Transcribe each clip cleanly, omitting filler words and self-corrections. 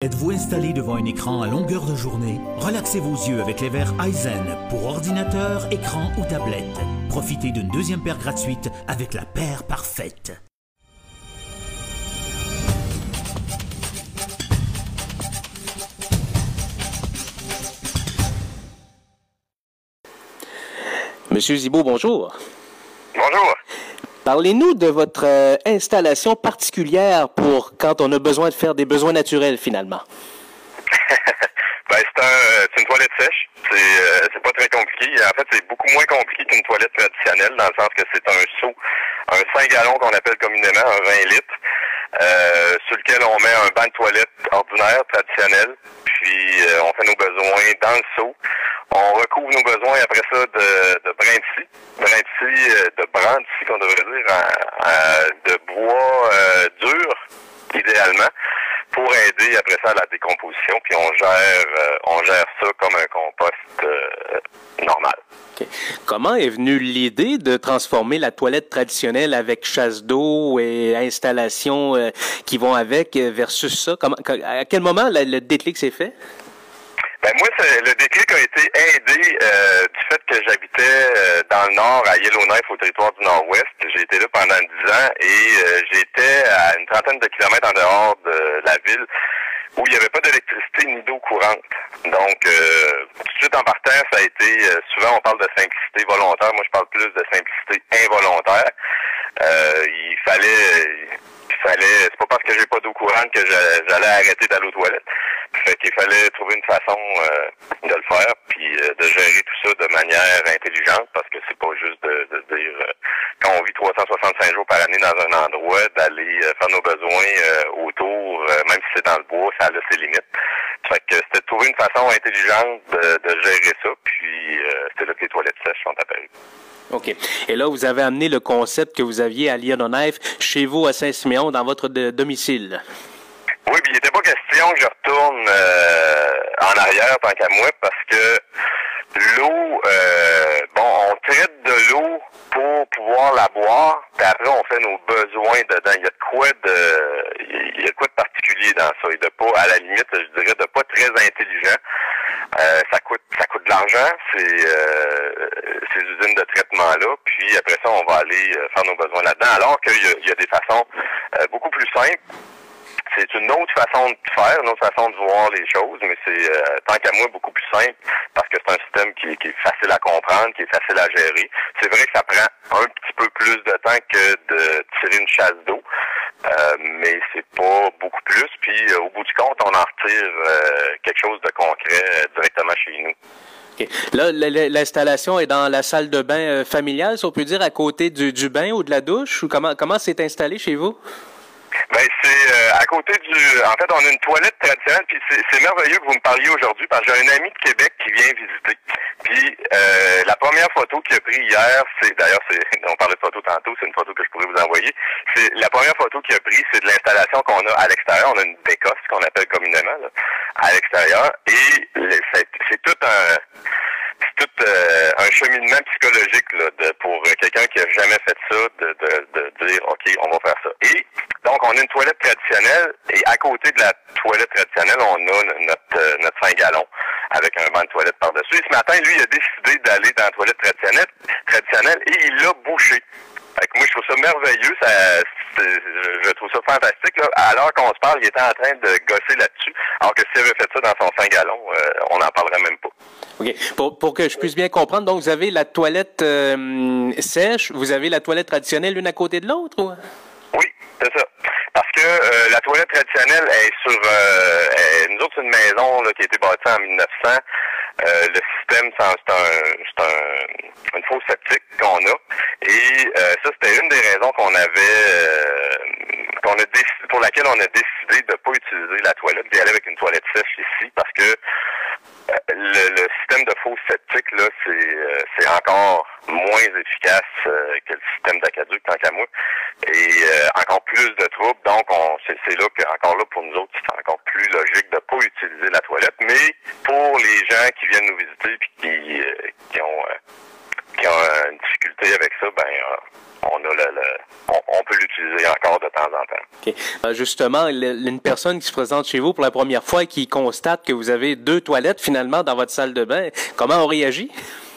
Êtes-vous installé devant un écran à longueur de journée? Relaxez vos yeux avec les verres Eisen pour ordinateur, écran ou tablette. Profitez d'une deuxième paire gratuite avec la paire parfaite. Monsieur Zibaud, bonjour. Bonjour. Parlez-nous de votre installation particulière pour quand on a besoin de faire des besoins naturels, finalement. C'est une toilette sèche. C'est pas très compliqué. En fait, c'est beaucoup moins compliqué qu'une toilette traditionnelle, dans le sens que c'est un seau, un 5 gallons qu'on appelle communément un 20 litres, sur lequel on met un banc de toilette ordinaire, traditionnel, puis on fait nos besoins dans le seau. On recouvre nos besoins après ça de brin de brandt qu'on devrait dire, de bois dur, idéalement, pour aider après ça à la décomposition, puis on gère ça comme un compost normal. Okay. Comment est venue l'idée de transformer la toilette traditionnelle avec chasse d'eau et installation qui vont avec versus ça? À quel moment le déclic s'est fait? Ben moi, le déclic a été aidé du fait que j'habitais dans le nord, à Yellowknife, au territoire du nord-ouest. J'ai été là pendant 10 ans et j'étais à une trentaine de kilomètres en dehors de la ville où il n'y avait pas d'électricité ni d'eau courante. Donc, tout de suite en partant, ça a été, souvent on parle de simplicité volontaire, moi je parle plus de simplicité involontaire. Il fallait, c'est pas parce que j'ai pas d'eau courante que j'allais arrêter d'aller aux toilettes. Fait qu'il fallait trouver une façon de le faire, puis de gérer tout ça de manière intelligente, parce que c'est pas juste de dire quand on vit 365 jours par année dans un endroit, d'aller faire nos besoins autour, même si c'est dans le bois, ça a ses limites. Fait que c'était de trouver une façon intelligente de gérer ça, puis c'est là que les toilettes sèches sont apparues. OK. Et là, vous avez amené le concept que vous aviez à Yellowknife chez vous à Saint-Siméon, dans votre domicile. Oui, puis il n'était pas question que je retourne en arrière tant qu'à moi, parce que l'eau, on traite de l'eau pour pouvoir la boire, puis après on fait nos besoins dedans. Il y a de quoi de particulier dans ça, et de pas, à la limite, je dirais, de pas très intelligent. Ça coûte de l'argent, ces usines de traitement-là, puis après ça, on va aller faire nos besoins là-dedans, alors qu'il y a des façons beaucoup plus simples. C'est une autre façon de faire, une autre façon de voir les choses, mais c'est, tant qu'à moi, beaucoup plus simple, parce que c'est un système qui est facile à comprendre, qui est facile à gérer. C'est vrai que ça prend un petit peu plus de temps que de tirer une chasse d'eau, mais c'est pas beaucoup plus. Puis, au bout du compte, on en retire quelque chose de concret directement chez nous. Okay. Là, l'installation est dans la salle de bain familiale, si on peut dire, à côté du bain ou de la douche, ou comment c'est installé chez vous? Ben c'est à côté en fait, on a une toilette traditionnelle, puis c'est merveilleux que vous me parliez aujourd'hui, parce que j'ai un ami de Québec qui vient visiter. Puis la première photo qu'il a prise hier, on parlait de photo tantôt, c'est une photo que je pourrais vous envoyer. C'est la première photo qu'il a prise, c'est de l'installation qu'on a à l'extérieur. On a une bécosse qu'on appelle communément là, à l'extérieur, et c'est tout un cheminement psychologique là, pour quelqu'un qui a jamais fait ça, de dire OK, on va faire ça. Et donc on a une toilette traditionnelle, et à côté de la toilette traditionnelle, on a notre 5 gallons avec un banc de toilette par-dessus. Et ce matin, lui, il a décidé d'aller dans la toilette traditionnelle et il l'a bouché. Fait que moi, je trouve ça merveilleux, je trouve ça fantastique. Là. À l'heure qu'on se parle, il était en train de gosser là-dessus, alors que s'il avait fait ça dans son 5 gallons, on n'en parlerait même pas. OK. Pour que je puisse bien comprendre, donc vous avez la toilette sèche, vous avez la toilette traditionnelle l'une à côté de l'autre? Ou? Oui, c'est ça. Parce que la toilette traditionnelle est sur... nous autres, c'est une maison là, qui a été bâtie en 1900. Le système, c'est une fosse septique qu'on a. Et ça, c'était une des raisons pour laquelle on a décidé de ne pas utiliser la toilette, d'y aller avec une toilette sèche ici, parce que le système de fosse septique, là, c'est encore moins efficace que le système d'aqueduc, tant qu'à moi, et encore plus de troubles. Donc, c'est là que, encore là, pour nous autres, c'est encore plus logique de ne pas utiliser la toilette. Mais pour les gens qui viennent nous visiter et qui ont une difficulté thé avec ça, ben on a on peut l'utiliser encore de temps en temps. Okay. Justement, une personne qui se présente chez vous pour la première fois et qui constate que vous avez 2 toilettes finalement dans votre salle de bain, comment on réagit?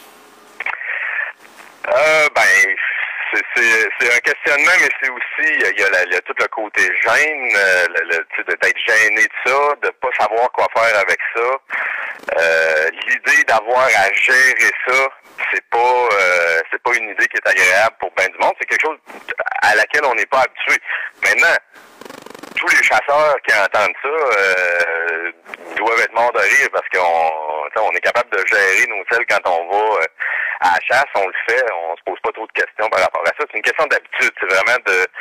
Ben, c'est un questionnement, mais c'est aussi, il y a tout le côté gêne, d'être gêné de ça, de pas savoir quoi faire avec ça. L'idée d'avoir à gérer ça, c'est pas une idée qui est agréable pour bien du monde. C'est quelque chose à laquelle on n'est pas habitué. Maintenant, tous les chasseurs qui entendent ça doivent être morts de rire parce qu'on est capable de gérer nos selles quand on va à la chasse, on le fait, on se pose pas trop de questions par rapport à ça. C'est une question d'habitude, c'est vraiment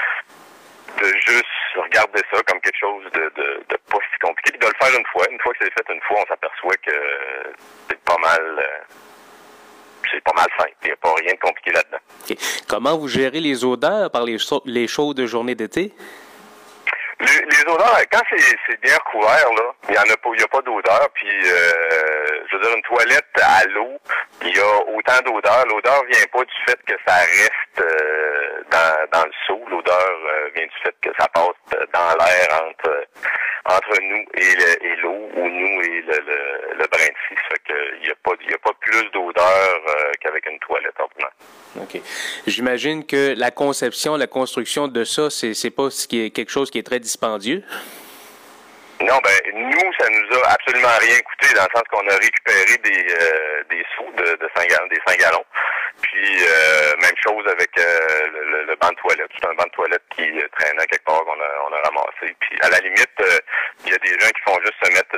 de juste regarder ça comme quelque chose de pas si compliqué, puis de le faire une fois. Une fois que c'est fait une fois, on s'aperçoit que c'est pas mal simple. Il n'y a pas rien de compliqué là-dedans. Okay. Comment vous gérez les odeurs par les chaudes journées d'été? Les odeurs, quand c'est bien recouvert, là, il y a pas d'odeur, puis je veux dire, une toilette à l'eau, il y a autant d'odeur. L'odeur vient pas du fait que ça reste dans le seau. L'odeur vient du fait que ça passe dans l'air entre nous et l'eau, ou nous et le brin de scie. Ça fait qu'il y a pas plus d'odeur qu'avec une toilette ordinaire. OK. J'imagine que la conception, la construction de ça, c'est pas quelque chose qui est très dispendieux. Non, ben nous, ça nous a absolument rien coûté, dans le sens qu'on a récupéré des seaux de 5 gallons, des 5 gallons. Puis même chose avec le banc de toilette. C'est un banc de toilette qui traînait quelque part qu'on a ramassé. Puis à la limite, il y a des gens qui font juste se mettre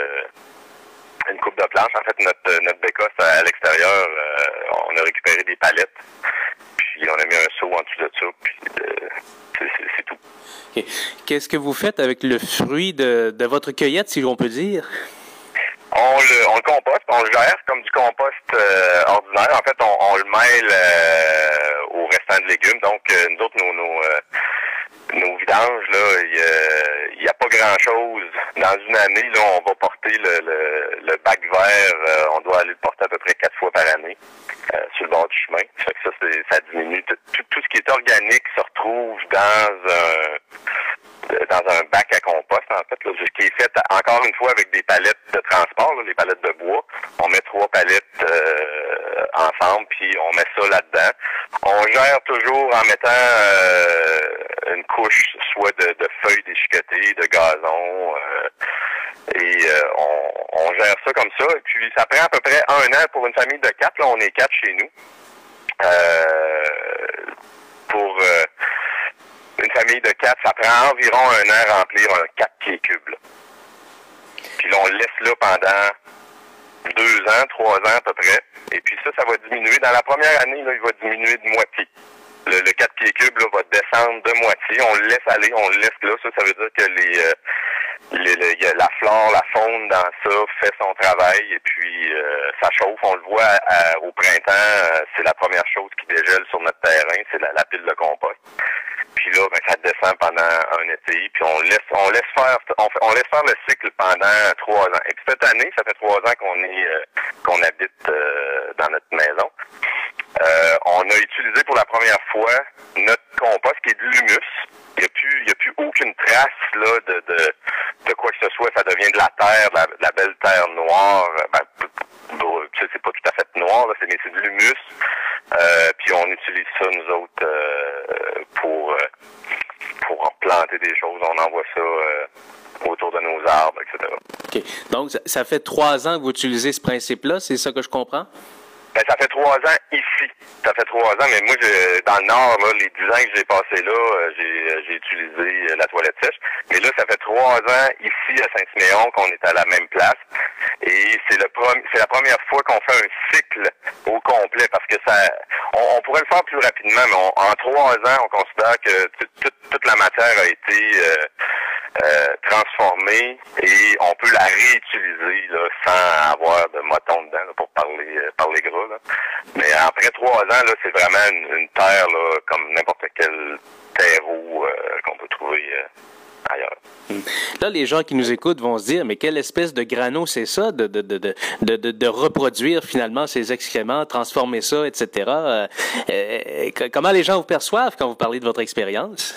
une coupe de planche. En fait, notre bécasse à l'extérieur, on a récupéré des palettes. Puis on a mis un seau en dessous de ça. Puis c'est tout. Okay. Qu'est-ce que vous faites avec le fruit de votre cueillette, si on peut dire? On le composte, on le gère comme du compost ordinaire. En fait, on le mêle au restant de légumes. Donc, nous autres, nos vidanges, là, il y a pas grand-chose. Dans une année, là, on va porter le bac vert, on doit aller le porter à peu près 4 fois par année sur le bord du chemin. Ça fait que ça diminue. Tout ce qui est organique se retrouve dans un bac à compost, en fait, là, ce qui est fait encore une fois avec des palettes de transport, là, les palettes de bois. On met 3 palettes ensemble, puis on met ça là-dedans. On gère toujours en mettant une couche soit de feuilles déchiquetées, de gazon, et on gère ça comme ça. Et puis ça prend à peu près 1 an pour une famille de 4. Là, on est 4 chez nous. Pour une famille de 4, ça prend environ 1 an à remplir un 4 pieds cubes. Là. Puis là, on le laisse là pendant 2 ans, 3 ans à peu près. Et puis ça va diminuer. Dans la première année, là, il va diminuer de moitié. Le 4 pieds cubes là, va descendre de moitié. On le laisse aller, on le laisse là. Ça veut dire que la flore, la faune dans ça fait son travail. Et puis ça chauffe. On le voit au printemps. C'est la première chose qui dégèle sur notre terrain. C'est la pile de compost. Puis là, ben, ça descend pendant un été, puis on laisse faire le cycle pendant 3 ans. Et puis cette année, ça fait 3 ans qu'on habite dans notre maison. On a utilisé pour la première fois notre compost qui est de l'humus. Il y a plus aucune trace là de quoi que ce soit. Ça devient de la terre, de la belle terre noire. C'est pas tout à fait noir, là, mais c'est de l'humus. Puis on utilise ça, nous autres, pour planter des choses. On envoie ça autour de nos arbres, etc. OK. Donc, ça fait 3 ans que vous utilisez ce principe-là, c'est ça que je comprends? Ben, ça fait 3 ans ici. Ça fait 3 ans, mais moi, dans le Nord, là, les 10 ans que j'ai passé là, j'ai utilisé la toilette sèche. Mais là, ça fait 3 ans ici à Saint-Siméon qu'on est à la même place. Et c'est la première fois qu'on fait un cycle au complet, parce que on pourrait le faire plus rapidement, mais en 3 ans, on considère que toute la matière a été transformée et on peut la réutiliser là, sans avoir de motons dedans là, pour parler gras. Là. Mais après 3 ans, là, c'est vraiment une terre là, comme n'importe quel terreau qu'on peut trouver ailleurs. Là, les gens qui nous écoutent vont se dire, mais quelle espèce de grano c'est ça, de reproduire finalement ces excréments, transformer ça, etc. Comment les gens vous perçoivent quand vous parlez de votre expérience?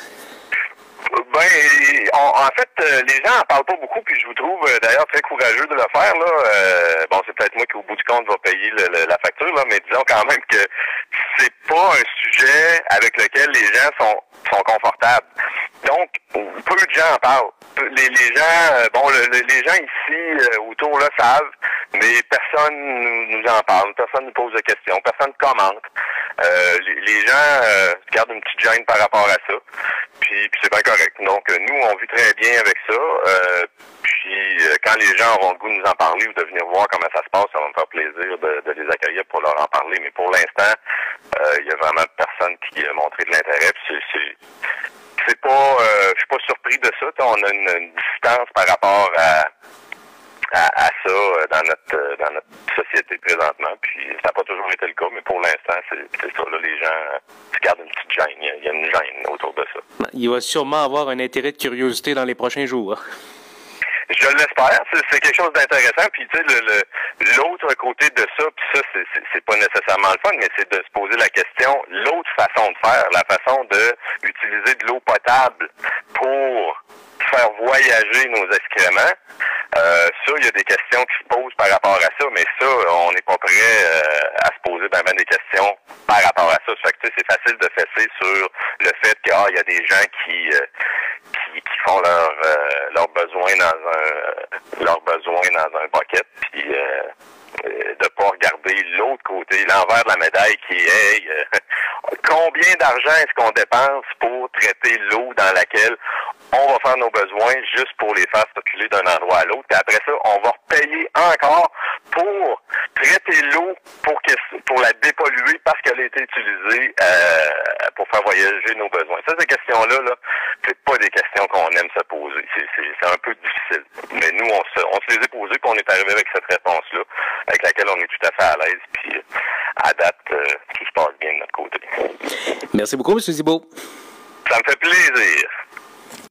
En fait, les gens en parlent pas beaucoup, puis je vous trouve d'ailleurs très courageux de le faire. Là. Bon, c'est peut-être moi qui, au bout du compte, va payer la facture, là, mais disons quand même que c'est pas un sujet avec lequel les gens sont confortables. Donc, peu de gens en parlent. Les gens, les gens ici autour là savent, mais personne nous en parle, personne nous pose de questions, personne ne commente. Les gens gardent une petite gêne par rapport à ça. Puis c'est bien correct. Donc, nous, on vit très bien avec ça. Quand les gens auront le goût de nous en parler ou de venir voir comment ça se passe, ça va me faire plaisir de les accueillir pour leur en parler. Mais pour l'instant, il y a vraiment personne qui a montré de l'intérêt. C'est pas, je suis pas surpris de ça. On a une distance par rapport à ça dans notre société présentement. Puis ça n'a pas toujours été le cas, mais pour l'instant, c'est ça. Là, les gens se gardent une petite gêne. Il y a une gêne autour de ça. Il va sûrement avoir un intérêt de curiosité dans les prochains jours. Je l'espère. C'est quelque chose d'intéressant. Puis tu sais, l'autre côté de ça, puis ça, c'est pas nécessairement le fun, mais c'est de se poser la question, l'autre façon de faire, la façon de utiliser de l'eau potable pour faire voyager nos excréments. Ça, il y a des questions qui se posent par rapport à ça, mais ça, on n'est pas prêt à se poser ben des questions par rapport à ça. Ça fait que c'est facile de fesser sur le fait qu'il y a des gens qui font leurs besoins dans un bucket, puis de pas regarder l'autre côté, l'envers de la médaille qui est combien d'argent est-ce qu'on dépense pour traiter l'eau dans laquelle on va faire nos besoins juste pour les faire circuler d'un endroit à l'autre. Puis après ça, on va repayer encore pour traiter l'eau pour la dépolluer parce qu'elle a été utilisée pour faire voyager nos besoins. Ça, ces questions-là, c'est pas des questions qu'on aime se poser. C'est un peu difficile. Mais nous, on se les a posées, puis on est arrivé avec cette réponse-là, avec laquelle on est tout à fait à l'aise. Puis à date, tout se passe bien de notre côté. Merci beaucoup, M. Thibault. Ça me fait plaisir.